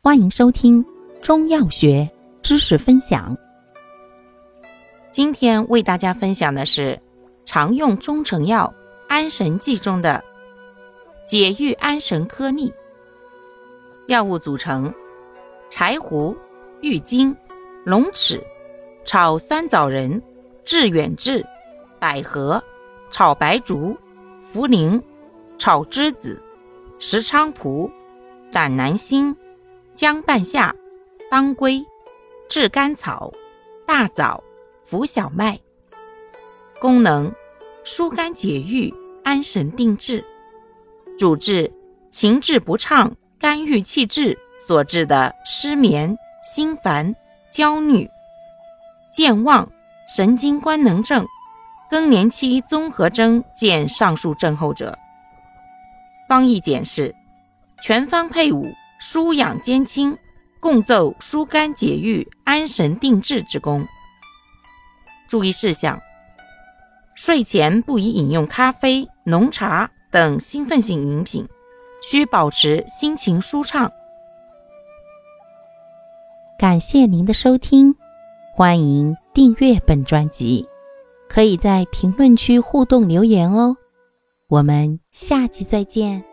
欢迎收听中药学知识分享。今天为大家分享的是常用中成药安神剂中的解郁安神颗粒。药物组成：柴胡、郁金、龙齿、炒酸枣仁、炙远志、百合、炒白术、茯苓、炒栀子、石菖蒲、胆南星、姜半夏、当归、炙甘草、大枣、浮小麦。功能：疏肝解郁，安神定志。主治情志不畅、肝郁气滞所致的失眠、心烦、焦虑、健忘、神经官能症、更年期综合征见上述症候者。方义简释：全方配伍，舒养兼清，共奏疏肝解郁、安神定志之功。注意事项：睡前不宜饮用咖啡、浓茶等兴奋性饮品，需保持心情舒畅。感谢您的收听，欢迎订阅本专辑，可以在评论区互动留言哦。我们下期再见。